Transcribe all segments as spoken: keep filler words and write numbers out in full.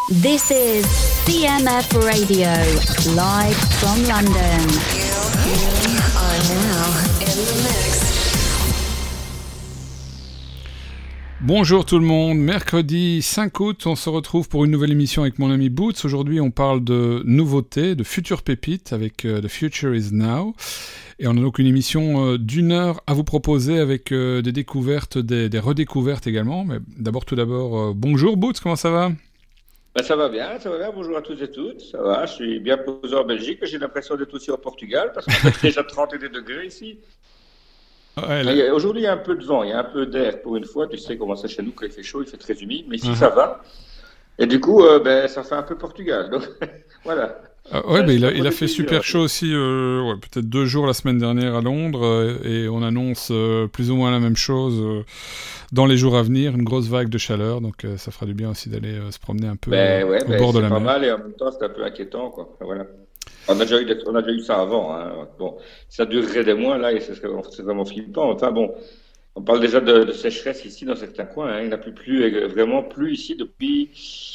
This is C M F Radio, live from London. You are now in the mix. Bonjour tout le monde, mercredi cinq août, on se retrouve pour une nouvelle émission avec mon ami Boots. Aujourd'hui, on parle de nouveautés, de futures pépites avec euh, The Future Is Now. Et on a donc une émission euh, d'une heure à vous proposer avec euh, des découvertes, des, des redécouvertes également. Mais d'abord, tout d'abord, euh, bonjour Boots, comment ça va ? Ben, ça va bien, ça va bien. Bonjour à tous et toutes. Ça va, je suis bien posé en Belgique, mais j'ai l'impression d'être aussi au Portugal parce qu'on fait déjà trente et deux degrés ici. Ouais, là... il y a, aujourd'hui, il y a un peu de vent, il y a un peu d'air pour une fois. Tu sais comment c'est chez nous, quand il fait chaud, il fait très humide, mais ici, uh-huh. ça va. Et du coup, euh, ben, ça fait un peu Portugal. Donc, voilà. Ah, ouais, ben, il a, il a fait super chaud aussi, euh, ouais, peut-être deux jours la semaine dernière à Londres, euh, et on annonce euh, plus ou moins la même chose euh, dans les jours à venir, une grosse vague de chaleur, donc euh, ça fera du bien aussi d'aller euh, se promener un peu ben, euh, ouais, au ben, bord de la mer. C'est pas mal, et en même temps, c'est un peu inquiétant, quoi. Voilà. On a déjà eu, on a déjà eu ça avant, hein. Bon, ça durerait des mois, là, et c'est vraiment flippant. Enfin bon, on parle déjà de, de sécheresse ici dans certains coins, hein. Il n'y en a plus, plus, vraiment plus ici depuis...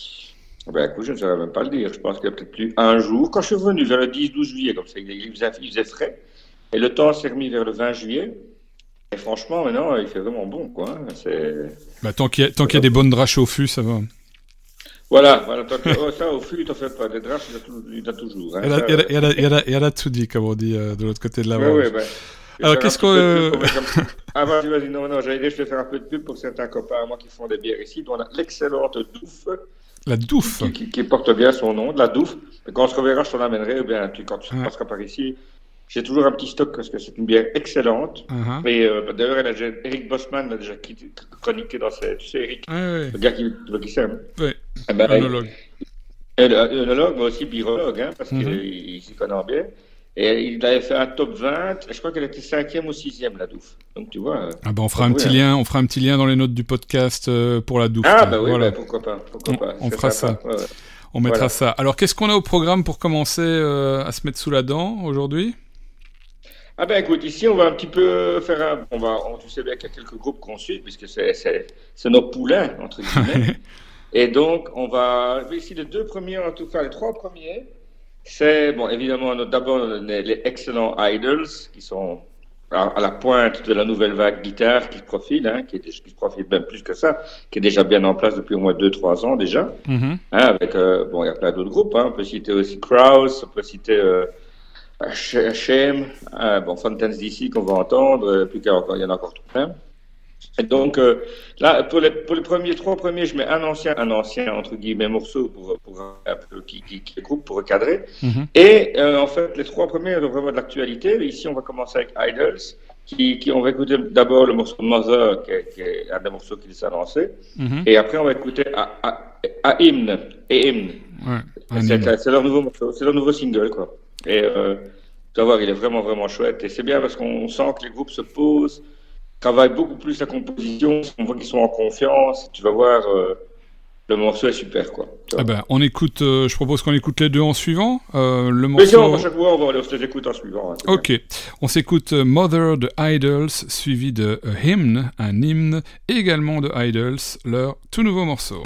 Ben écoute, je ne saurais même pas le dire. Je pense qu'il y a peut-être plus un jour. Quand je suis revenu vers le dix douze juillet, comme ça, il faisait, il faisait frais. Et le temps s'est remis vers le vingt juillet. Et franchement, maintenant, il fait vraiment bon, quoi. C'est... Bah, tant qu'il y a, tant qu'il y a des bonnes draches au fût, ça va. Voilà, voilà tant que... oh, ça, au fût, t'en fais pas. Des draches, il y en a toujours. Hein. Elle, a, elle, a, elle, a, elle, a, elle a tout dit, comme on dit euh, de l'autre côté de la Manche. Oui, oui, ben... Alors, qu'est-ce qu'on... Euh... Ah, vas-y, vas-y, non, non, j'allais dire, je vais faire un peu de pub pour certains copains à moi qui font des bières ici. On a l'excellente Douf. La Douf qui, qui, qui porte bien son nom, de la Douf. Mais quand on se reverra, je t'en amènerai, ou bien tu, quand tu ouais. passeras par ici, j'ai toujours un petit stock parce que c'est une bière excellente. Uh-huh. Et euh, d'ailleurs, elle a déjà, Eric Bossman l'a déjà chroniqué dans ses... Tu sais, Eric, ah, ouais. le gars qui, tu vois qui c'est, hein. Oui, eh ben, œnologue. Œnologue, mais aussi birologue, hein, parce uh-huh. qu'il il s'y connaît bien. Et il avait fait un top vingt, je crois qu'elle était cinquième ou sixième, la Douf. Donc tu vois... Ah ben on fera un petit hein. lien, on fera un petit lien dans les notes du podcast euh, pour la Douf. Ah bah oui, voilà. bah, pourquoi pas, pourquoi on, pas. On fera ça. Ouais, ouais. On mettra voilà. ça. Alors qu'est-ce qu'on a au programme pour commencer euh, à se mettre sous la dent aujourd'hui ? Ah ben écoute, ici on va un petit peu faire un... On va, on, tu sais bien qu'il y a quelques groupes qu'on suit, puisque c'est, c'est, c'est nos poulains, entre guillemets. Et donc on va... Ici les deux premiers, en tout cas les trois premiers... C'est, bon, évidemment, d'abord les, les excellents Idols, qui sont à, à la pointe de la nouvelle vague guitare qui se profile, hein, qui, est, qui se profile même plus que ça, qui est déjà bien en place depuis au moins deux trois ans déjà. Mm-hmm. Hein, avec, euh, bon, il y a plein d'autres groupes, hein, on peut citer aussi Krauss, on peut citer euh, Shame, hein, bon, Fontaine's D C qu'on va entendre, plus qu'il y en a encore tout plein. Et donc euh, là, pour les, pour les premiers trois premiers, je mets un ancien, un ancien entre guillemets morceau pour pour un peu qui qui, qui groupe pour recadrer. Mm-hmm. Et euh, en fait, les trois premiers sont vraiment de l'actualité. Ici, on va commencer avec Idols, qui qui on va écouter d'abord le morceau Mother, qui est, qui est un des morceaux qu'ils ont lancé. Mm-hmm. Et après, on va écouter à à, à Hymn et Hymn. Ouais, c'est, c'est leur nouveau morceau, c'est leur nouveau single quoi. Et euh, tu vas voir, il est vraiment vraiment chouette. Et c'est bien parce qu'on sent que les groupes se posent, travaillent beaucoup plus la composition, on voit qu'ils sont en confiance, tu vas voir, euh, le morceau est super, quoi. Ah ben, on écoute, euh, je propose qu'on écoute les deux en suivant, euh, le morceau... Mais sinon, à chaque fois, on va aller, on les écoute en suivant. Hein, ok, bien. On s'écoute Mother de Idols, suivi de A Hymn, un hymne, également de Idols, leur tout nouveau morceau.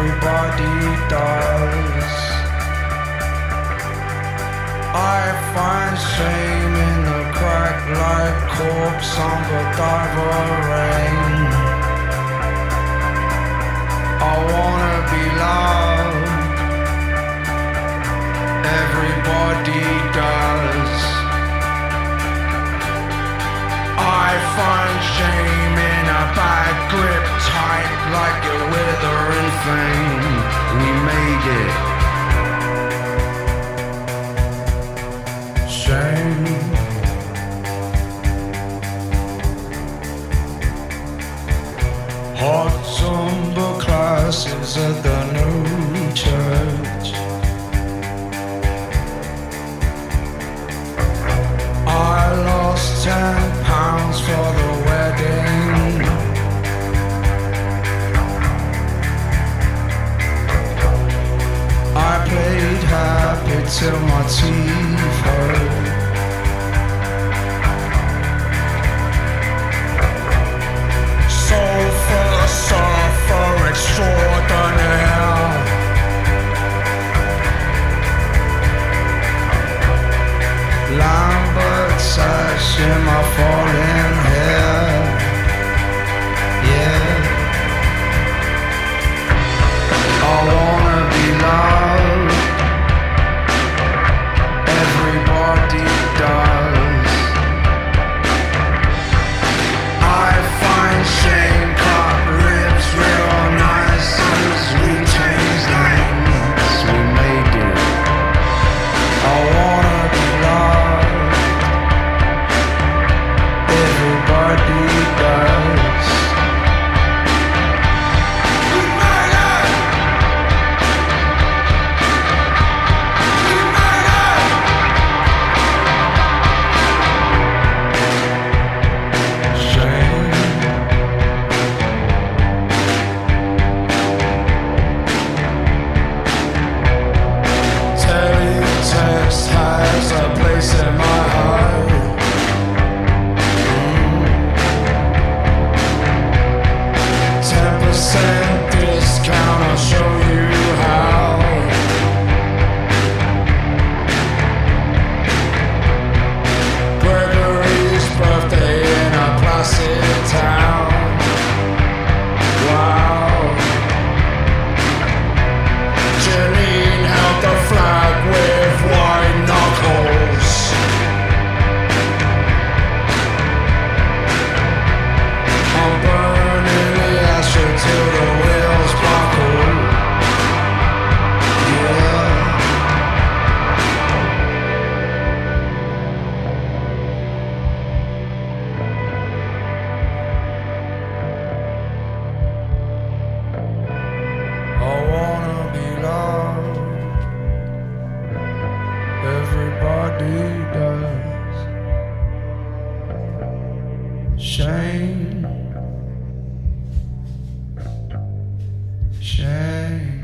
everybody does. I find shame in the crack like corpse on Godiva rain. I wanna be loved, everybody does. I find shame in a bad grip, tight like a withering thing. We made it. Shame. Hot somber classes at the new church. I lost ten pounds for the wedding. I played happy till my teeth hurt. Soul philosopher extraordinaire. Lambert sash in my falling hair. Yeah, I wanna be loved, everybody does. I find shame cut ribs real nice as we change lanes. We made it. I wanna be loved, everybody does. We made it. We made it. Shame. Teletext has a place in my heart. Ten percent discount, I'll show you how. Gregory's birthday in a placid town. Wow. Janine held the flag with white knuckles. I'm burning the ashes till the wheels buckle. Yeah. I wanna be loved, everybody does. Shame, shame.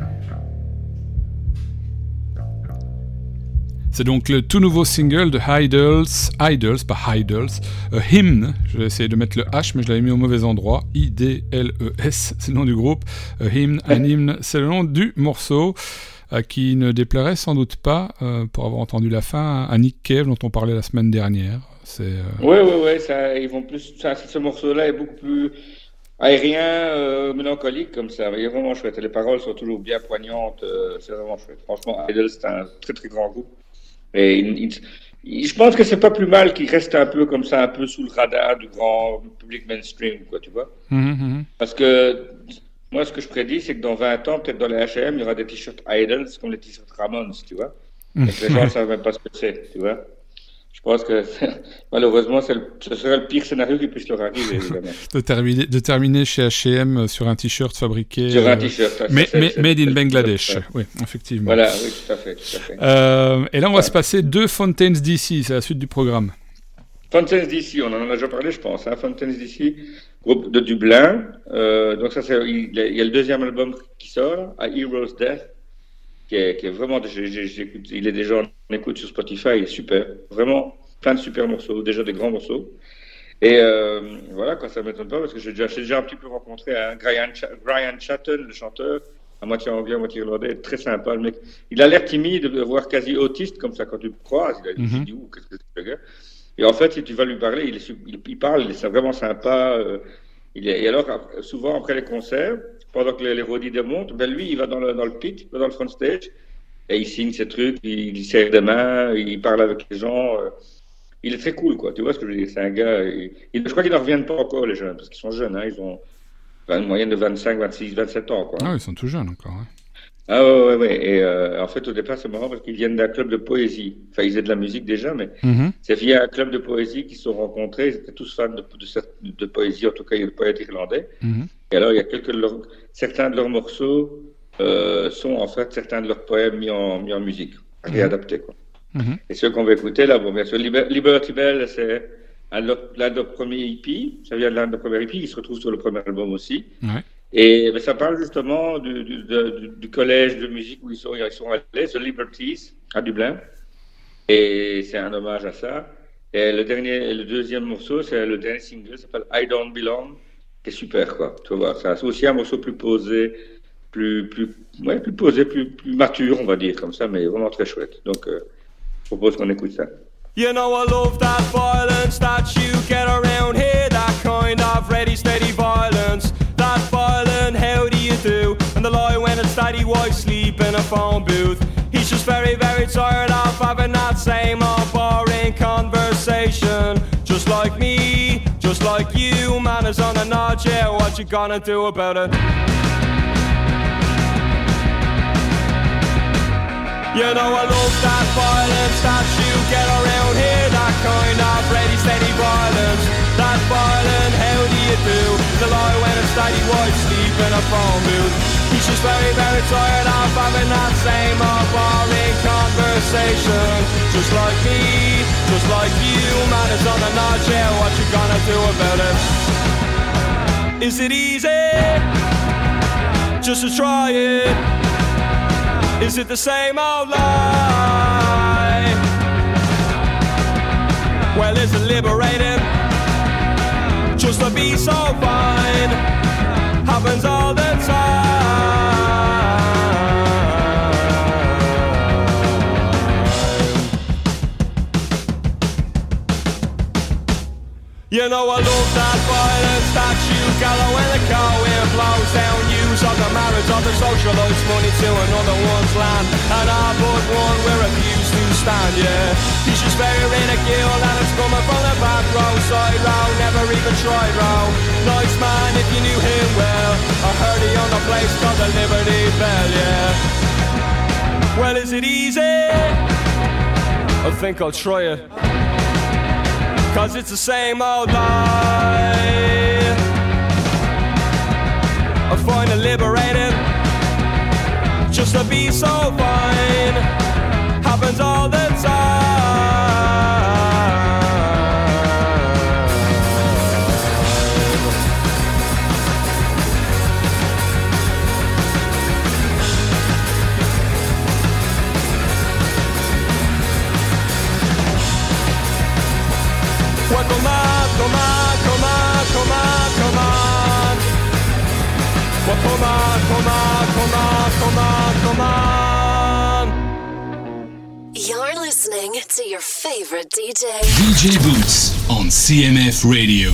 C'est donc le tout nouveau single de Idols, Idols, pas Idols, euh, Hymn, je vais essayer de mettre le H mais je l'avais mis au mauvais endroit, I D L E S, c'est le nom du groupe, euh, Hymn, un hymne, c'est le nom du morceau, euh, qui ne déplairait sans doute pas, euh, pour avoir entendu la fin, à Nick Cave dont on parlait la semaine dernière. C'est, euh... Ouais, ouais, ouais, ça, ils vont plus, ça, ce morceau-là est beaucoup plus aérien, euh, mélancolique comme ça. Il est vraiment chouette. Les paroles sont toujours bien poignantes. Euh, c'est vraiment chouette. Franchement, Idols, c'est un très très grand groupe. Et il, il, il, je pense que c'est pas plus mal qu'il reste un peu comme ça, un peu sous le radar du grand public mainstream, quoi, tu vois. Mm-hmm. Parce que moi, ce que je prédis, c'est que dans vingt ans, peut-être dans les H et M, il y aura des t-shirts Idols comme les t-shirts Ramones, tu vois. Et que les gens ne savent même pas ce que c'est, tu vois. Je pense que malheureusement, c'est le, ce serait le pire scénario qui puisse leur arriver, évidemment. de, terminer, de terminer chez H et M sur un t-shirt fabriqué. Sur un t-shirt. Euh, mais, mais, made in Bangladesh. C'est, oui, effectivement. Voilà, oui, tout à fait. Tout à fait. Euh, et là, on va ouais. se passer deux Fontaines D C, c'est la suite du programme. Fontaines D C, on en a déjà parlé, je pense. Hein. Fontaines D C, groupe de Dublin. Euh, donc, ça, c'est, il y a le deuxième album qui sort, A Hero's Death. Qui est, qui est vraiment, j'ai, j'ai, j'écoute, il est déjà en écoute sur Spotify, il est super, vraiment plein de super morceaux, déjà des grands morceaux. Et euh, voilà, quoi, ça m'étonne pas parce que j'ai déjà, j'ai déjà un petit peu rencontré hein, Brian, Ch- Brian Chatton, le chanteur, à moitié anglais, à moitié irlandais, très sympa le mec. Il a l'air timide, voire quasi autiste comme ça quand tu le croises. Il a Mhm. dit où, qu'est-ce que c'est que ce gars? Et en fait, si tu vas lui parler, il, est, su- il, il parle, il est vraiment sympa. euh, il est, et alors, ap- souvent après les concerts, pendant que les, les roadies démontent, ben lui, il va dans le, dans le pit, il va dans le front stage, et il signe ses trucs, il, il serre des mains, il parle avec les gens. euh, il est très cool, quoi. Tu vois ce que je veux dire? C'est un gars. il- il- je crois qu'ils n'en reviennent pas encore, les jeunes, parce qu'ils sont jeunes, hein, ils ont une moyenne de vingt-cinq, vingt-six, vingt-sept ans, quoi. Ah oui, ils sont tout jeunes encore. Ouais. Ah ouais, ouais, ouais. Et euh, en fait, au départ, c'est marrant parce qu'ils viennent d'un club de poésie. Enfin, ils faisaient de la musique déjà, mais Mhm. c'est via un club de poésie qu'ils se sont rencontrés. Ils étaient tous fans de, de, cette- de poésie, en tout cas, il y a des poètes irlandais. Mhm. Et alors, il y a quelques de leurs, certains de leurs morceaux euh, sont en fait certains de leurs poèmes mis en, mis en musique, réadaptés, quoi. Mhm. Et ceux qu'on va écouter, là, bon, bien sûr, Liber- Liberty Bell, c'est un de leurs- l'un de leurs premiers E P. Ça vient de l'un de leurs premiers E P. Il se retrouve sur le premier album aussi. Ouais. Et ben, ça parle justement du, du, de- du- du collège de musique où ils sont, ils sont allés, The Liberties, à Dublin. Et c'est un hommage à ça. Et le dernier, le deuxième morceau, c'est le dernier single, ça s'appelle I Don't Belong, qui est super, quoi. Tu vois, c'est aussi un morceau plus posé, plus, plus, ouais, plus posé, plus, plus mature, on va dire, comme ça, mais vraiment très chouette. Donc, euh, je propose qu'on écoute ça. You know I love that violence that you get around here, that kind of ready, steady violence. That violent, how do you do? And the lie when it's daddy wife sleep in a phone booth. He's just very, very tired of having that same old boring conversation. Just like me, just like you, man is on a nod, yeah, what you gonna do about it? You know I love that violence that you get around here, that kind of ready, steady violence. That violent, how do you do? The lie when it's daddy wife sleep in a phone booth. He's just very, very tired of having that same old boring conversation. Just like me, just like you, man is on the nod, yeah, what you gonna do about it? Is it easy? Just to try it. Is it the same old lie? Well, is it liberating? Just to be so fine happens all the time. You know I love that violence that you gallow when the cow wind blows down. Use of the marriage of the socialites, money to another one's land. And I but one we refuse to stand, yeah. He's just very ridiculed and it's coming from the back row, side row, never even tried row. Nice man if you knew him well. I heard he owned a place called the Liberty Bell, yeah. Well, is it easy? I think I'll try it. Cause it's the same old lie. I find it liberating just to be so fine. Happens all the time. Well, come on, come on, come on, come on, come on. Well, come on, come on, come on, come on, come on. You're listening to your favorite D J. D J Boots on C M F Radio.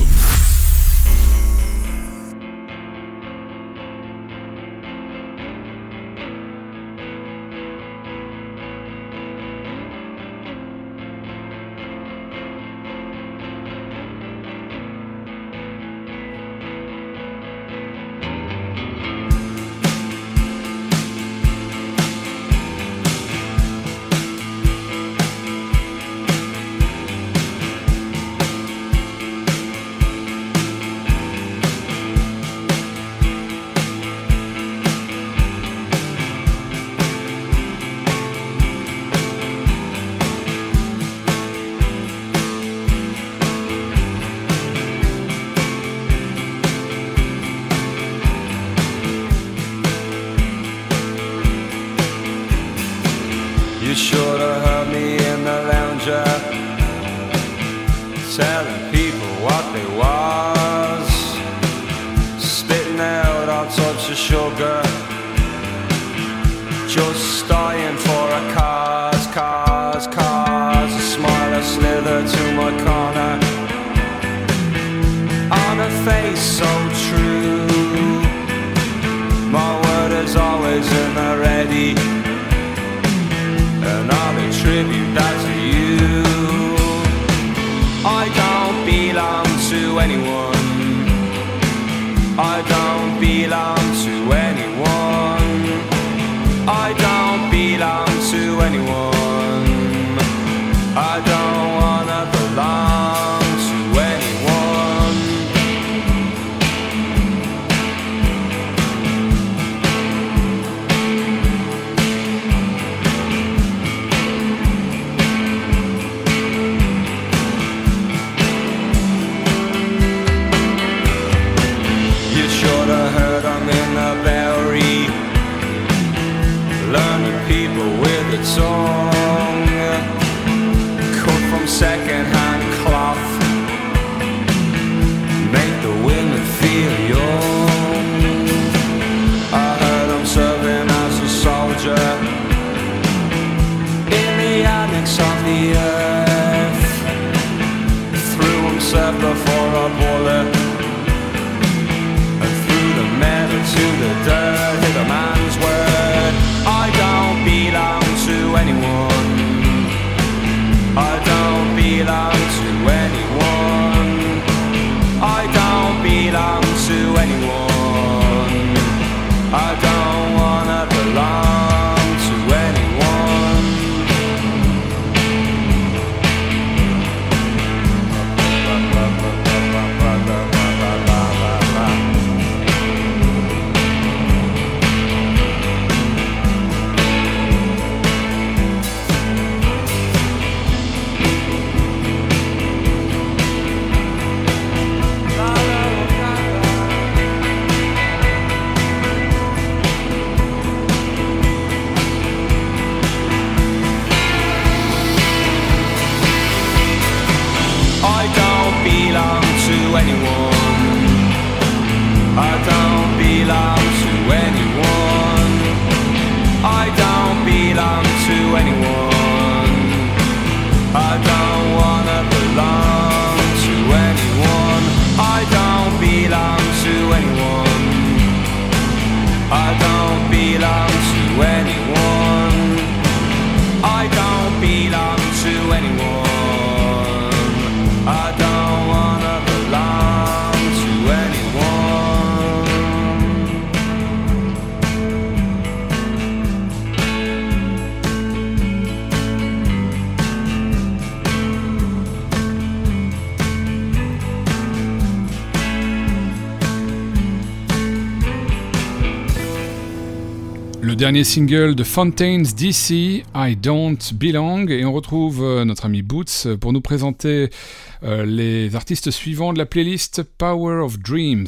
You should have heard me in the lounger telling people what they was, spitting out all types of sugar just dying for a cause, cause, cause. A smile, a slither to my corner. On a face so true, my word is always in the ready, and I'll attribute that to you. I don't belong to anyone, I don't belong to anyone, I don't belong to anyone, I don't wanna belong to anyone. You should have heard I'm in the Bowery, learning people with a tongue, cut from second-hand cloth, make the women feel young. I heard I'm serving as a soldier in the annex of the earth, threw himself before a bullet, and threw the metal to the dirt, hit a man's word. I don't belong to anyone, I don't belong to anyone, I don't belong to anyone, I don't wanna belong to anyone. I don't belong to anyone, I don't belong to anyone, I don't belong to anyone, I don't wanna belong to anyone, I don't belong to anyone, I don't belong to anyone, I don't belong to anyone, I don't wanna belong to anyone. Le dernier single de Fontaines D C, I Don't Belong, et on retrouve euh, notre ami Boots pour nous présenter euh, les artistes suivants de la playlist Power of Dreams.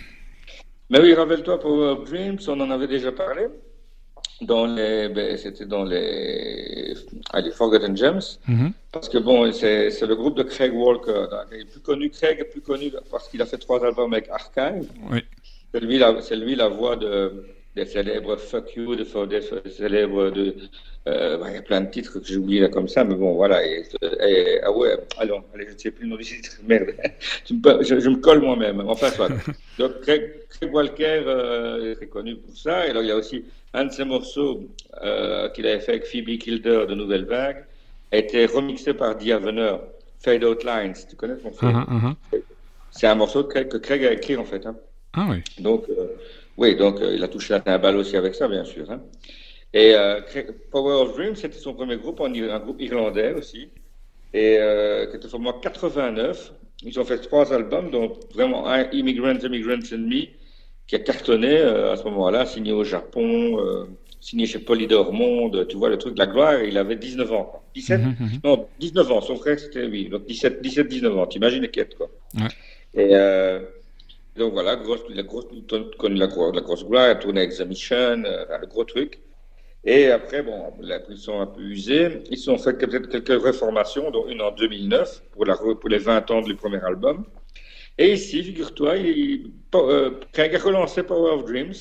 Mais oui, rappelle-toi, Power of Dreams, on en avait déjà parlé. Dans les, ben, c'était dans les, ah, les Forgotten Gems. Mm-hmm. Parce que bon, c'est, c'est le groupe de Craig Walker. Il est plus connu, Craig est plus connu parce qu'il a fait trois albums avec Archive. Oui. C'est lui la, c'est lui la voix de, des célèbres Fuck You, de, des, des célèbres de, euh, bah, il y a plein de titres que j'ai oubliés là comme ça, mais bon, voilà. Et, et, ah ouais, allons, allez, je ne sais plus le nom du titre, merde. je, me, je, je me colle moi-même. Enfin, soit. Donc, Craig, Craig Walker euh, est très connu pour ça. Et alors, il y a aussi un de ses morceaux euh, qu'il avait fait avec Phoebe Kilder de Nouvelle Vague, a été remixé par Diavener, Fade Out Lines. Tu connais son film? uh-huh, uh-huh. C'est un morceau que Craig, que Craig a écrit, en fait. Hein. Ah oui. Donc, euh, oui, donc euh, il a touché la timbale aussi avec ça, bien sûr. Hein. Et euh, Power of Dreams, c'était son premier groupe, un groupe irlandais aussi, et euh, qui était formé en quatre-vingt-neuf. Ils ont fait trois albums, dont vraiment un, Immigrants, Immigrants and Me, qui a cartonné euh, à ce moment-là, signé au Japon, euh, signé chez Polydor Monde, tu vois le truc de la gloire, il avait dix-neuf ans. Quoi. dix-sept mm-hmm. Non, dix-neuf ans, son frère c'était lui, donc dix-sept dix-neuf ans, t'imagines les quêtes, quoi. Ouais. Et euh, donc voilà, grosse, la, grosse, la, la, la grosse gloire, elle tournait avec The Mission, euh, le gros truc. Et après, bon, là, ils sont un peu usés. Ils ont fait peut-être quelques réformations, dont une en deux mille neuf, pour, la, pour les vingt ans du premier album. Et ici, figure-toi, il, euh, Craig a relancé Power of Dreams,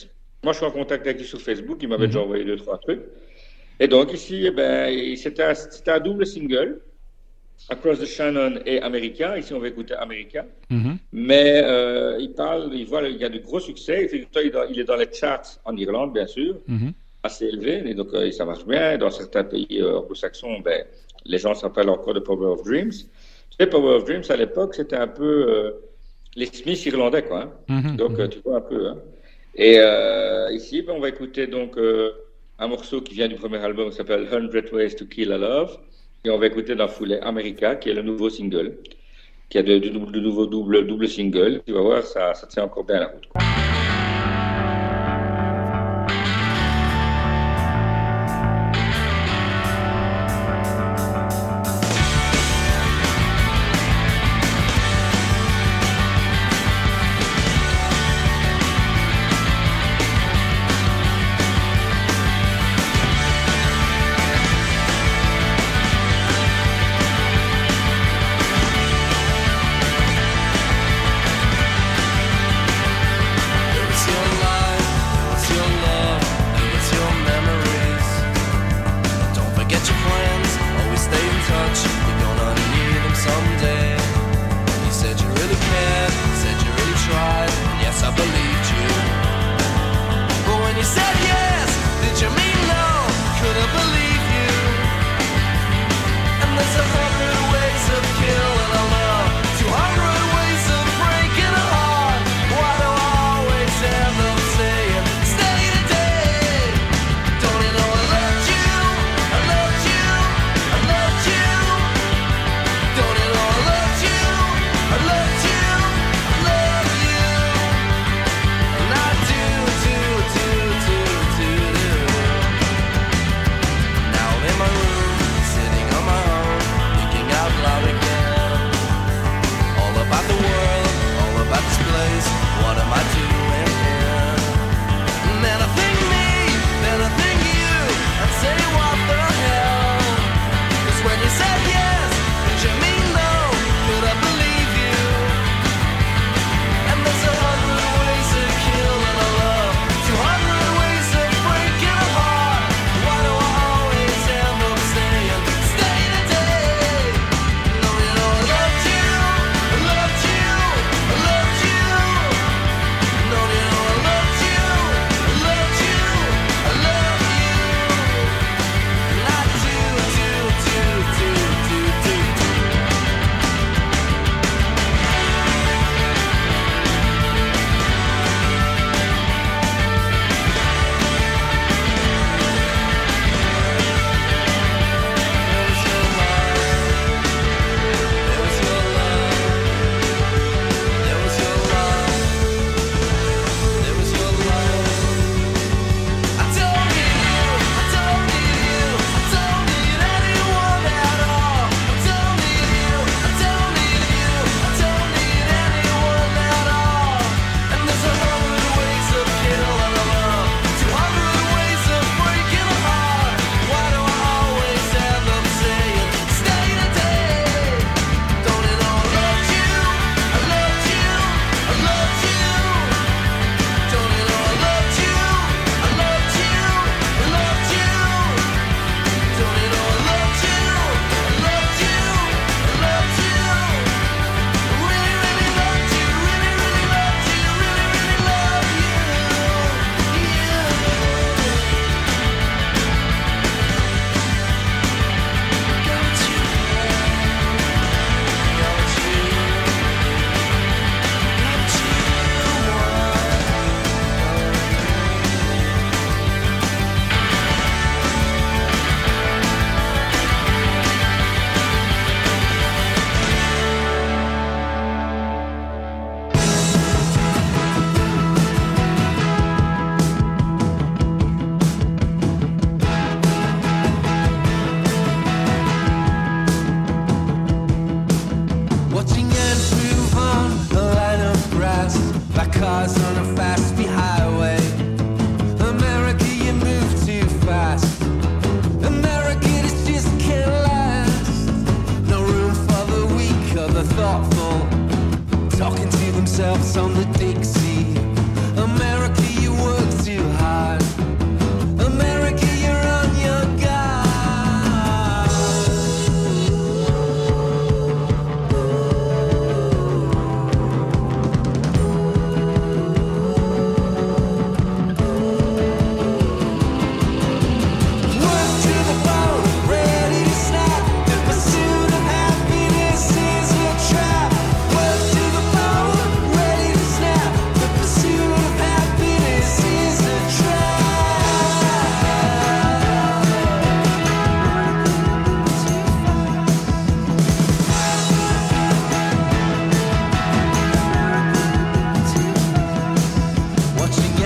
moi, je suis en contact avec lui sur Facebook. Il m'avait Mhm. déjà envoyé deux, trois trucs. Et donc, ici, eh ben, c'était un, c'était un double single. Across the Shannon et America. Ici, on va écouter America. Mhm. Mais euh, il parle, il voit, il y a de gros succès. Il est dans, il est dans les charts en Irlande, bien sûr, Mhm. assez élevé. Et donc, euh, ça marche bien. Dans certains pays euh, anglo-saxons, ben, les gens s'appellent encore de Power of Dreams. Tu sais, Power of Dreams, à l'époque, c'était un peu euh, les Smiths irlandais, quoi. Hein. Mhm. Donc, euh, tu vois un peu. Hein. Et euh, ici, ben, on va écouter donc euh, un morceau qui vient du premier album qui s'appelle Hundred Ways to Kill a Love. Et on va écouter dans la foulée America, qui est le nouveau single, qui a de, de, de nouveaux double, double single. Tu vas voir, ça, ça tient encore bien la route, quoi. I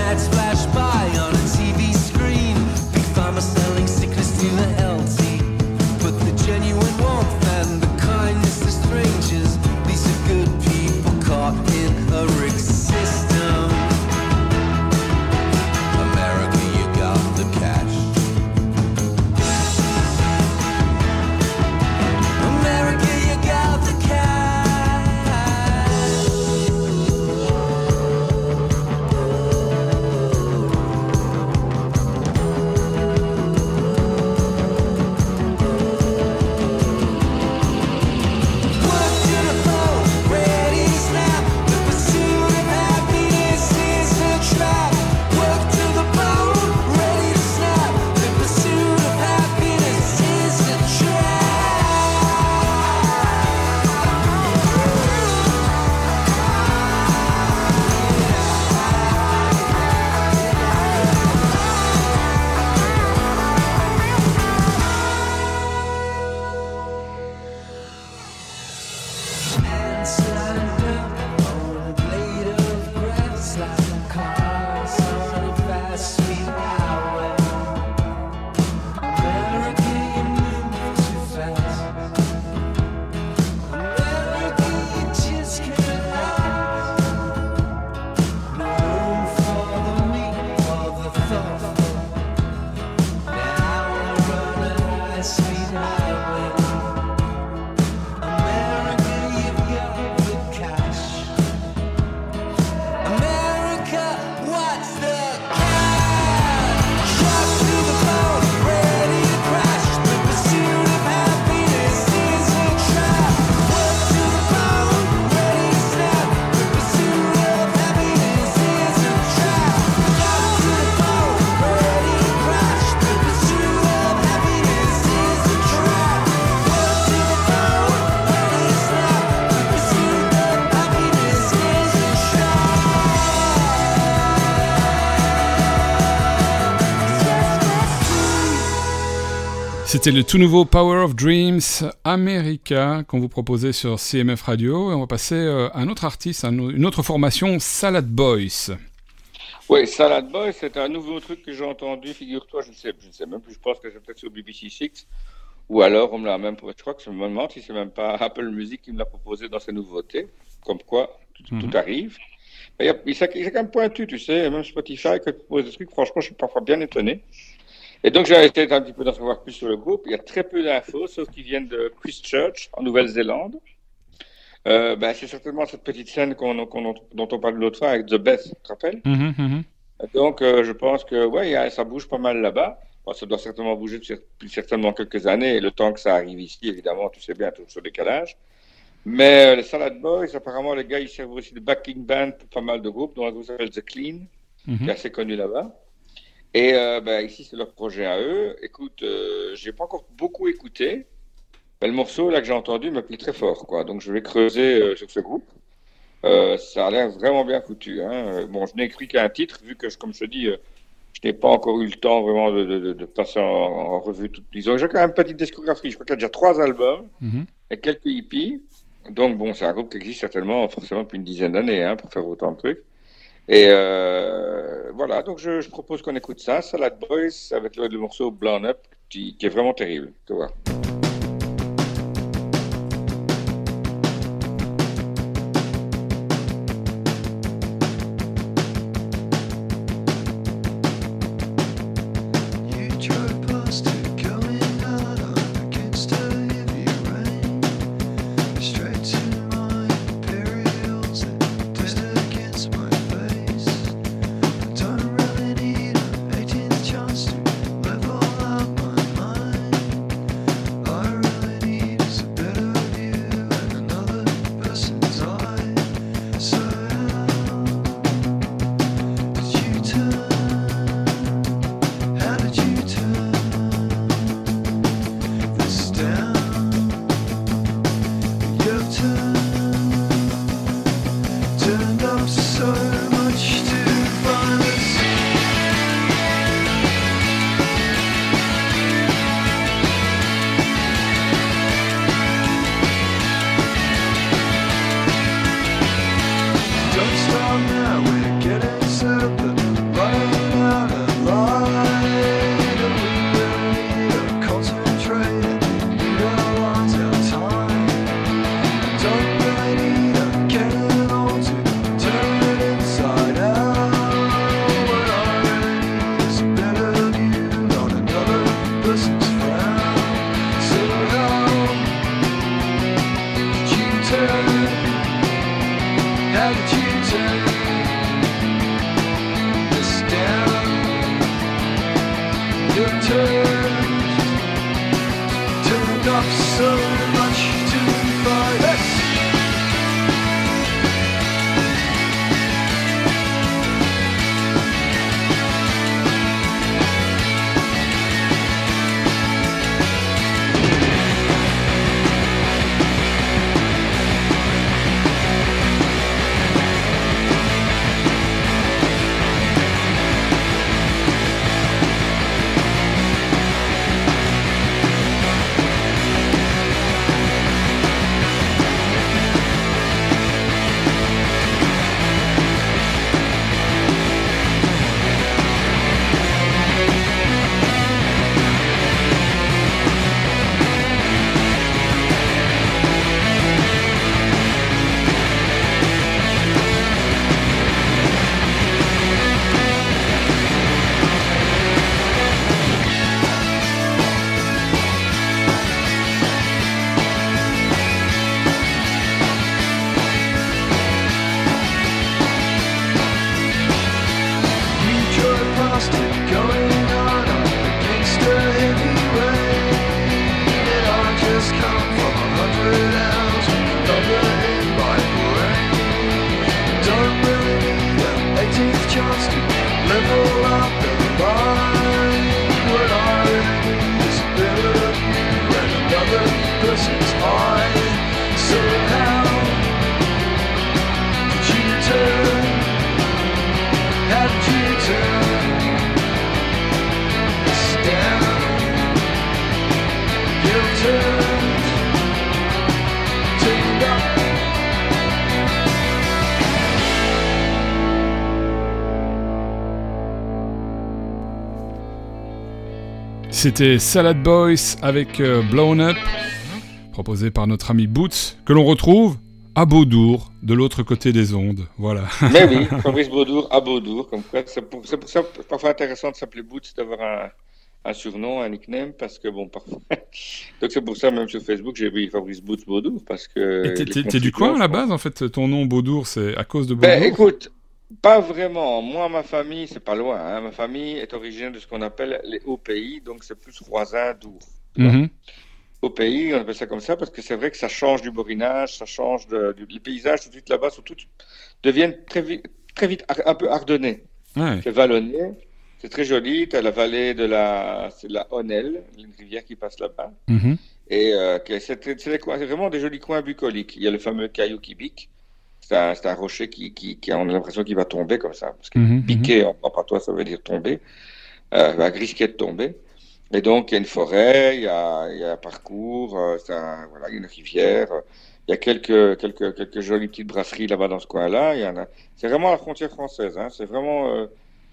nights flash by on a T V screen. Big pharma selling sickness to the healthy, but the genuine warmth and the kindness to strangers, these are good people caught in a rigged system. America, you got the cash. America, you got the C'était le tout nouveau Power of Dreams America qu'on vous proposait sur C M F Radio. Et on va passer à un autre artiste, à une autre formation, Salad Boys. Oui, Salad Boys, c'est un nouveau truc que j'ai entendu, figure-toi, je ne sais, je ne sais même plus, je pense que c'est peut-être sur B B C six, ou alors on me l'a même, je crois que je me demande si c'est même pas Apple Music qui me l'a proposé dans ses nouveautés, comme quoi tout, mm-hmm. tout arrive. Mais il, y a, il, c'est quand même pointu, tu sais, même Spotify, quand il propose des trucs, franchement, je suis parfois bien étonné. Et donc, j'ai essayé un petit peu d'en savoir plus sur le groupe. Il y a très peu d'infos, sauf qu'ils viennent de Christchurch, en Nouvelle-Zélande. Euh, ben, c'est certainement cette petite scène qu'on, qu'on, dont on parle l'autre fois avec The Best, tu te rappelles? Mmh, mmh. Donc, euh, je pense que ouais, y a, ça bouge pas mal là-bas. Bon, ça doit certainement bouger depuis certainement quelques années. Et le temps que ça arrive ici, évidemment, tu sais bien, tout sur décalage. Mais euh, les Salad Boys, apparemment, les gars, ils servent aussi de backing band pour pas mal de groupes, dont un groupe s'appelle The Clean, mmh. qui est assez connu là-bas. Et euh, ben, ici, c'est leur projet à eux. Écoute, euh, j'ai pas encore beaucoup écouté. Ben, le morceau là que j'ai entendu m'a plu très fort, quoi. Donc, je vais creuser euh, sur ce groupe. Euh, ça a l'air vraiment bien foutu. Hein. Bon, je n'ai écrit qu'un titre, vu que, comme je te dis, euh, je n'ai pas encore eu le temps vraiment de, de, de passer en, en revue toute. Ils ont j'ai quand même une petite discographie. Je crois qu'il y a déjà trois albums mm-hmm. et quelques E P. Donc, bon, c'est un groupe qui existe certainement, forcément, depuis une dizaine d'années, hein, pour faire autant de trucs. Et euh, voilà, donc je, je propose qu'on écoute ça, Salad Boys, avec le, le morceau Blown Up, qui, qui est vraiment terrible, tu vois. Chance to level up my mind. up so much to fight. Let's C'était Salad Boys avec euh, Blown Up, proposé par notre ami Boots, que l'on retrouve à Beaudour, de l'autre côté des ondes. Voilà. Mais oui, Fabrice Beaudour à Beaudour, comme quoi, c'est pour, c'est pour ça parfois intéressant de s'appeler Boots, d'avoir un, un surnom, un nickname, parce que bon, parfois. Donc c'est pour ça, même sur Facebook, j'ai mis Fabrice Boots Beaudour, parce que. Et t'es, t'es, t'es du coin à la base, en fait, ton nom Beaudour, c'est à cause de Beaudour? Ben écoute. Pas vraiment. Moi, ma famille, c'est pas loin. Hein. Ma famille est originaire de ce qu'on appelle les hauts pays, donc c'est plus Roisin, Dour. Mm-hmm. Hauts pays, on appelle ça comme ça parce que c'est vrai que ça change du borinage, ça change de, du, les paysages tout de suite là-bas, surtout deviennent très vite, très vite un peu ardennais. Ouais. C'est vallonné, c'est très joli. T'as la vallée de la, c'est de la Honnelle, une rivière qui passe là-bas, Mm-hmm. et euh, c'est, c'est, c'est, c'est vraiment des jolis coins bucoliques. Il y a le fameux caillou qui bique. C'est un, c'est un rocher qui, qui, qui a, on a l'impression qu'il va tomber comme ça. Parce que Mmh, piquer, en, en patois, ça veut dire tomber. Euh, va risquer de tomber. Et donc, il y a une forêt, il y a, il y a un parcours, euh, c'est un, voilà, il y a une rivière. Euh, il y a quelques, quelques, quelques jolies petites brasseries là-bas dans ce coin-là. Il y en a. C'est vraiment la frontière française. Hein. C'est vraiment. Euh,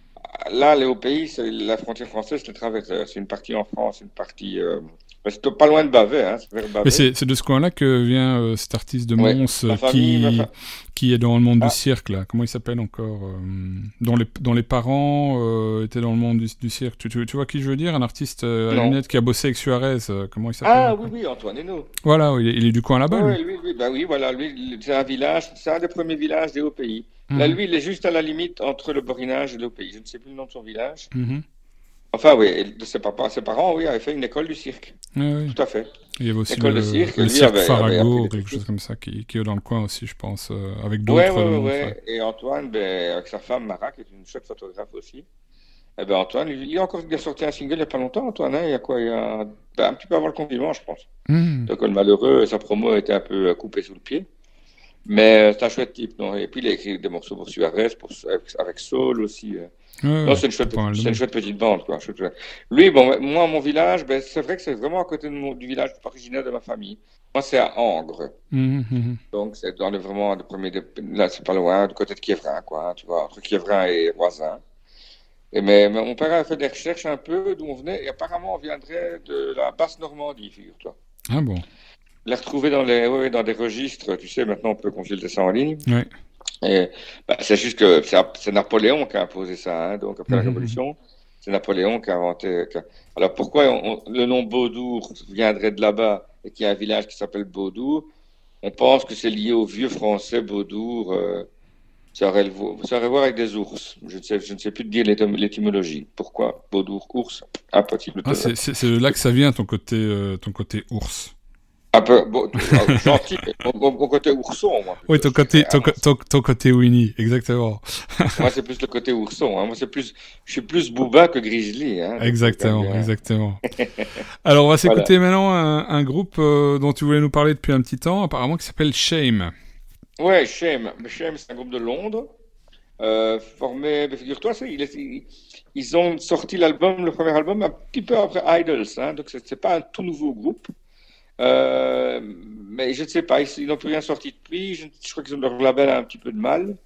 là, les hauts pays, c'est la frontière française, c'est, traverse, c'est une partie en France, une partie. Euh, c'est pas loin de Bavay, hein, c'est vers Bavay. Mais c'est, c'est de ce coin-là que vient euh, cet artiste de Ouais, Mons ma euh, famille, qui, ma fa- qui est dans le monde Ah. du cirque, là. Comment il s'appelle encore euh, dont, les, dont les parents euh, étaient dans le monde du, du cirque. Tu, tu, tu vois qui je veux dire? Un artiste euh, à Non. lunettes qui a bossé avec Suarez. euh, comment il s'appelle Ah encore oui, oui, Antoine Hénaud. Voilà, il est, il est du coin là-bas, Ouais, lui. lui, lui, bah oui, voilà, lui, c'est un village, c'est un des premiers villages des hauts pays. Mhm. Là, lui, il est juste à la limite entre le Borinage et les hauts pays. Je ne sais plus le nom de son village. Mhm. Enfin, oui, et de ses, papas, ses parents, oui, avaient fait une école du cirque. Ouais, oui. Tout à fait. Il y avait aussi École le, de cirque, le lui cirque avait- avait Farago, appris ou des quelque trucs. chose comme ça, qui, qui est dans le coin aussi, je pense, euh, avec Ouais, d'autres ouais, de ouais, Mons, ouais. ouais. Et Antoine, ben, avec sa femme, Mara, qui est une chouette photographe aussi. Eh ben, Antoine, il, il a encore il a sorti un single il n'y a pas longtemps, Antoine, hein, il y a quoi, il y a ben, un petit peu avant le confinement, je pense. Mhm. Donc, le malheureux, sa promo a été un peu euh, coupée sous le pied. Mais euh, c'est un chouette type, non? Et puis, il a écrit des morceaux pour Suarez, pour, avec, avec Soul aussi. euh. Ouais, Non, ouais, c'est une, chouette, pas mal de c'est une monde. chouette petite bande, quoi. Chouette, chouette. Lui, bon, moi, mon village, ben, c'est vrai que c'est vraiment à côté de mon, du village originaire de ma famille. Moi, c'est à Angres. Mhm, mhm. Donc, c'est dans le vraiment le premier. dé- Là, c'est pas loin, du côté de Kievrin, quoi. Hein, tu vois, entre Kievrin et Roisin. Et mais, mais mon père a fait des recherches un peu d'où on venait, et apparemment, on viendrait de la basse Normandie, figure-toi. Ah bon. Les retrouver dans, les, ouais, ouais, dans des registres, tu sais, maintenant, on peut consulter ça en ligne. Ouais. Et, bah, c'est juste que c'est, c'est Napoléon qui a imposé ça, hein, donc après la Mhm. Révolution, c'est Napoléon qui a inventé. qui a- Alors pourquoi on- on- le nom Beaudour viendrait de là-bas et qu'il y a un village qui s'appelle Beaudour? On pense que c'est lié au vieux français Beaudour. Euh, ça, aurait le vo- ça aurait à voir avec des ours. Je ne sais, je ne sais plus te dire l'étym- l'étymologie. Pourquoi Beaudour, ours? Impossible. de Ah, te- c'est, c'est, c'est de là que ça vient, ton côté, euh, ton côté ours. Un peu, bon, gentil, mon, mon, mon côté ourson, moi. Oui, ton côté, ton, ton, ton côté Winnie, exactement. Moi, c'est plus le côté ourson. Hein. Moi, c'est plus, je suis plus Booba que Grizzly. Hein, exactement, donc, exactement. Alors, on va s'écouter voilà. maintenant un, un groupe euh, dont tu voulais nous parler depuis un petit temps, apparemment, qui s'appelle Shame. Ouais, Shame. Shame, c'est un groupe de Londres, euh, formé, figure-toi, c'est, il est, ils, ils ont sorti l'album, le premier album, un petit peu après Idols, hein, donc c'est, c'est pas un tout nouveau groupe. Euh, mais je ne sais pas, ils, ils n'ont plus rien sorti depuis. Je, je crois qu'ils ont leur label a un petit peu de mal.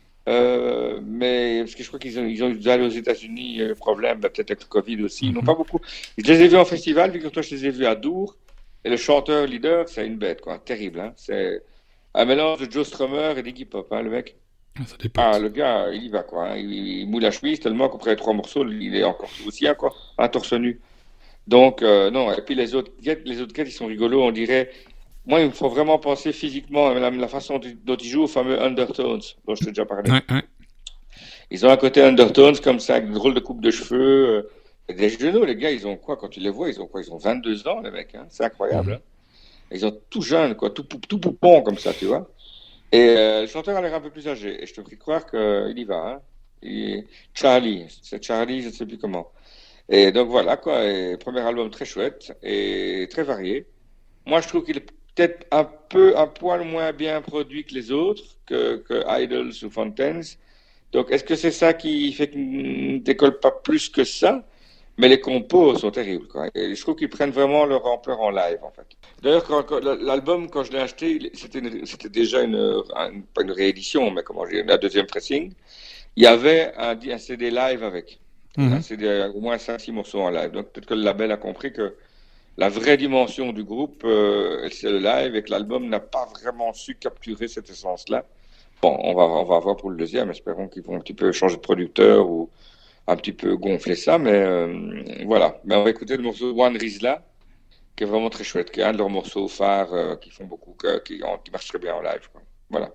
Euh, mais parce que je crois qu'ils ont, ils ont dû aller aux États-Unis, le problème, bah, peut-être avec le Covid aussi. Ils n'ont pas beaucoup. Je les ai vus en festival, figure-toi, je les ai vus à Dour. Et le chanteur leader, c'est une bête, quoi, terrible. Hein. C'est un mélange de Joe Strummer et d'Iggy Pop, hein, le mec. Ça dépend. Ah, le gars, il y va, quoi. Hein. Il, il moule la chemise tellement qu'après les trois morceaux, il est encore aussi, hein, quoi, un torse nu. Donc, euh, non, et puis les autres guettes, les autres guettes, ils sont rigolos, on dirait. Moi, il me faut vraiment penser physiquement à la, la façon dont ils jouent au fameux Undertones, dont je t'ai déjà parlé. Ouais, ouais. Ils ont un côté Undertones comme ça, avec une drôle de coupe de cheveux, euh, des genoux, les gars, ils ont quoi, quand tu les vois, ils ont quoi, ils ont vingt-deux ans, les mecs, hein, c'est incroyable. Mmh. Hein. Ils ont tout jeune, quoi, tout, tout poupon comme ça, tu vois. Et euh, le chanteur a l'air un peu plus âgé, et je te prie croire qu'il y va. Hein. Il... Charlie, c'est Charlie, je ne sais plus comment. Et donc voilà, quoi, et premier album très chouette et très varié. Moi, je trouve qu'il est peut-être un peu, un poil moins bien produit que les autres, que, que Idols ou Fontaines. Donc, est-ce que c'est ça qui fait qu'il ne décolle pas plus que ça? Mais les compos sont terribles, quoi. Et je trouve qu'ils prennent vraiment leur ampleur en live, en fait. D'ailleurs, quand, quand, l'album, quand je l'ai acheté, c'était, une, c'était déjà une, une, pas une réédition, mais comment dire, un deuxième pressing. Il y avait un, un C D live avec. Mmh. C'est des, au moins cinq six morceaux en live. Donc peut-être que le label a compris que la vraie dimension du groupe, euh, c'est le live et que l'album n'a pas vraiment su capturer cette essence-là. Bon, on va, on va voir pour le deuxième. Espérons qu'ils vont un petit peu changer de producteur ou un petit peu gonfler ça. Mais euh, voilà. Mais on va écouter le morceau One Rizla, qui est vraiment très chouette, qui est un de leurs morceaux phares euh, qui font beaucoup, qui, qui marche très bien en live, quoi. Voilà.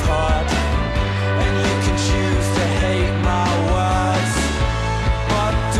Best you've heard, and you can choose to hate my words, but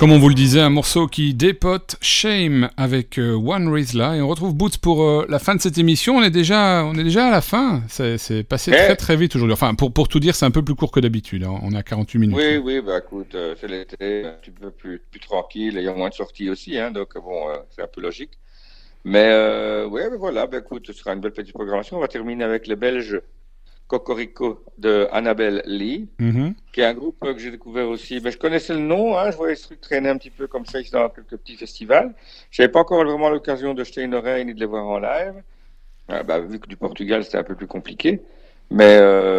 Comme on vous le disait, un morceau qui dépote Shame avec euh, One Rizla. Et on retrouve Boots pour euh, la fin de cette émission. On est déjà, on est déjà à la fin. C'est, c'est passé Ouais. très très vite aujourd'hui. Enfin, pour, pour tout dire, c'est un peu plus court que d'habitude. hein. On a quarante-huit minutes. Oui, oui, bah écoute, euh, c'est l'été, un petit peu plus, plus tranquille, il y a moins de sorties aussi, hein, donc bon, euh, c'est un peu logique. Mais euh, ouais, mais voilà, bah écoute, ce sera une belle petite programmation. On va terminer avec les Belges Cocorico de Annabelle Lee, Mhm. qui est un groupe euh, que j'ai découvert aussi. Ben, je connaissais le nom, hein, je voyais ce truc traîner un petit peu comme ça ici dans quelques petits festivals. Je n'avais pas encore vraiment l'occasion de jeter une oreille ni de les voir en live. Euh, bah, vu que du Portugal, c'était un peu plus compliqué. Mais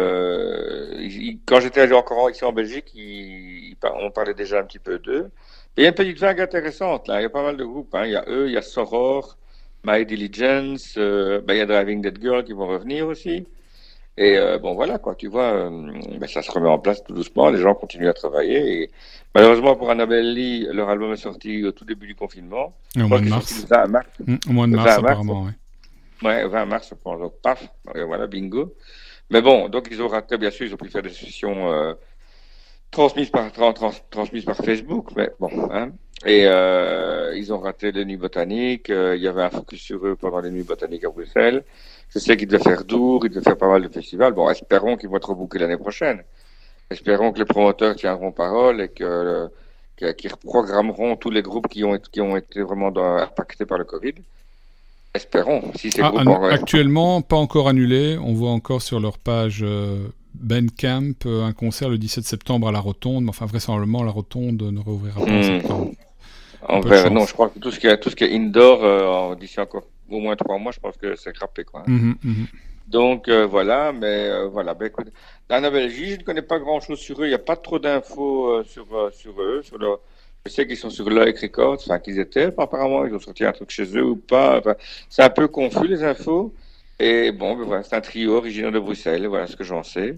euh, il- quand j'étais encore ici en Belgique, il- il par- on parlait déjà un petit peu d'eux. Et il y a une petite vague intéressante, là. Il y a pas mal de groupes. Hein. Il y a eux, il y a Soror, My Diligence, euh, ben, il y a Driving Dead Girl qui vont revenir aussi. Et euh, bon, voilà, quoi, tu vois, euh, ben, ça se remet en place tout doucement, les gens continuent à travailler. Et malheureusement, pour Annabelle Lee, leur album est sorti au tout début du confinement. Et au Je mois pense de qu'il est mars. sorti le vingt mars. Mm, Au mois de Le mars, vingt mars, apparemment, ouais. Ouais, vingt mars, je pense. Donc, paf, et voilà, bingo. Mais bon, donc ils ont raté, bien sûr, ils ont pu faire des sessions euh, transmises par trans- trans- transmises par Facebook, mais bon, hein. Et euh, ils ont raté les nuits botaniques. euh, Il y avait un focus sur eux pendant les nuits botaniques à Bruxelles. Je sais qu'ils devaient faire Dour, ils devaient faire pas mal de festivals. Bon, espérons qu'ils vont être rebookés l'année prochaine. Espérons que les promoteurs tiendront parole et que euh, que- qu'ils reprogrammeront tous les groupes qui ont été, qui ont été vraiment dans- impactés par le Covid. Espérons. Si ces Ah, groupes an- en- actuellement, pas encore annulé. On voit encore sur leur page euh, Bandcamp euh, un concert le dix-sept septembre à la Rotonde. Mais enfin, vraisemblablement, la Rotonde ne réouvrira pas en Hmm. septembre. En Un peu de vrai, chance. non, je crois que tout ce qui est, tout ce qui est indoor, euh, en- d'ici encore au moins trois mois, je pense que c'est grappé, quoi. Mhm, mhm. Donc, euh, voilà, mais euh, voilà. Ben, écoute, dans la Belgique, je ne connais pas grand-chose sur eux. Il n'y a pas trop d'infos euh, sur, euh, sur eux. Sur leur... Je sais qu'ils sont sur Loic Records, enfin qu'ils étaient, apparemment, ils ont sorti un truc chez eux ou pas. Enfin, c'est un peu confus, les infos. Et bon, ben, voilà, c'est un trio originaire de Bruxelles, voilà ce que j'en sais.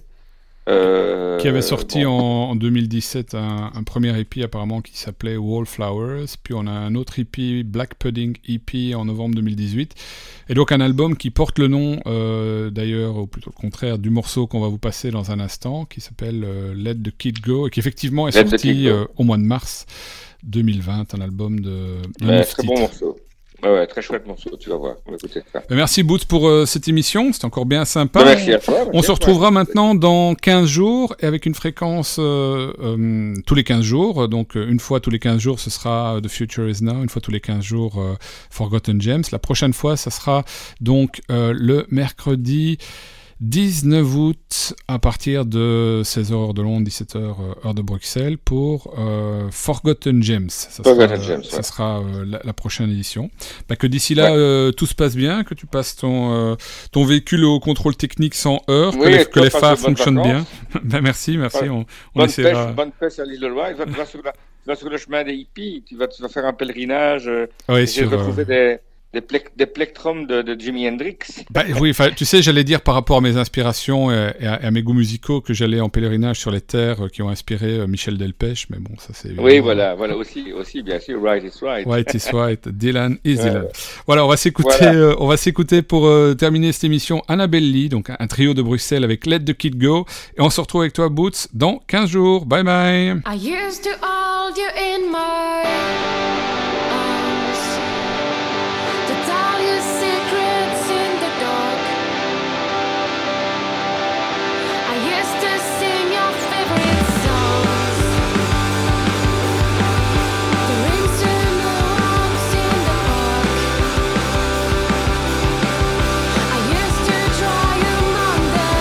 Euh, Qui avait sorti bon. en, en deux mille dix-sept un, un premier E P apparemment qui s'appelait Wallflowers, puis on a un autre E P, Black Pudding E P en novembre deux mille dix-huit, et donc un album qui porte le nom euh, d'ailleurs, ou plutôt le contraire, du morceau qu'on va vous passer dans un instant, qui s'appelle euh, Let the Kid Go, et qui effectivement est Let the sorti Kid Go. euh, au mois de mars deux mille vingt, un album de, de Ouais, neuf très titres. bon morceau. Ouais, ouais, très chouette morceau, tu vas voir. On va écouter ça. Ben, merci Boots pour euh, cette émission, c'était encore bien sympa. Ben, merci à toi. merci On à se toi. retrouvera maintenant dans quinze jours et avec une fréquence euh, euh, tous les quinze jours. Donc euh, une fois tous les quinze jours, ce sera euh, The Future Is Now. Une fois tous les quinze jours, euh, Forgotten Gems. La prochaine fois, ça sera donc euh, le mercredi dix-neuf août à partir de seize heures de Londres, dix-sept heures heure de Bruxelles pour euh, Forgotten Gems. Ça Forgotten sera, Gems, ça ouais. sera euh, la, la prochaine édition. Bah, que d'ici là, Ouais. euh, tout se passe bien, que tu passes ton, euh, ton véhicule au contrôle technique sans heurts, que Oui, les, et que toi, les passe phares de bonnes fonctionnent bien. vacances. Ben, merci, merci. Ouais. On, on Bonne essaiera. pêche, bonne pêche à l'île de Loire. Tu vas, tu vas sur la- tu vas sur le chemin des hippies. Tu vas, tu vas faire un pèlerinage. Euh, Ouais, essayer sur, de euh, retrouver des, des, plec- des plectrums de, de Jimi Hendrix. Bah, oui, enfin, tu sais, j'allais dire par rapport à mes inspirations et, et à, et à mes goûts musicaux que j'allais en pèlerinage sur les terres euh, qui ont inspiré euh, Michel Delpech, mais bon, ça c'est. Oui, évidemment- voilà, voilà aussi, aussi, bien sûr. Right is right. White is white, Dylan is Ouais, Dylan. ouais. Voilà, on va s'écouter, Voilà. euh, on va s'écouter pour euh, terminer cette émission Annabelle Lee, donc un, un trio de Bruxelles avec Let the Kid Go, et on se retrouve avec toi Boots dans quinze jours. Bye bye. I used to hold you in my arms, to tell you secrets in the dark. I used to sing your favorite songs, the rings in the arms in the park. I used to draw you Monday.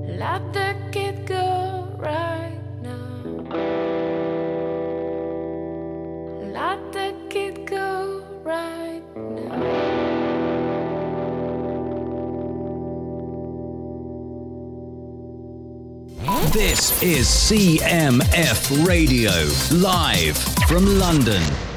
Let the kid go right now. Let the kid go right now. This is C M F Radio, live from London.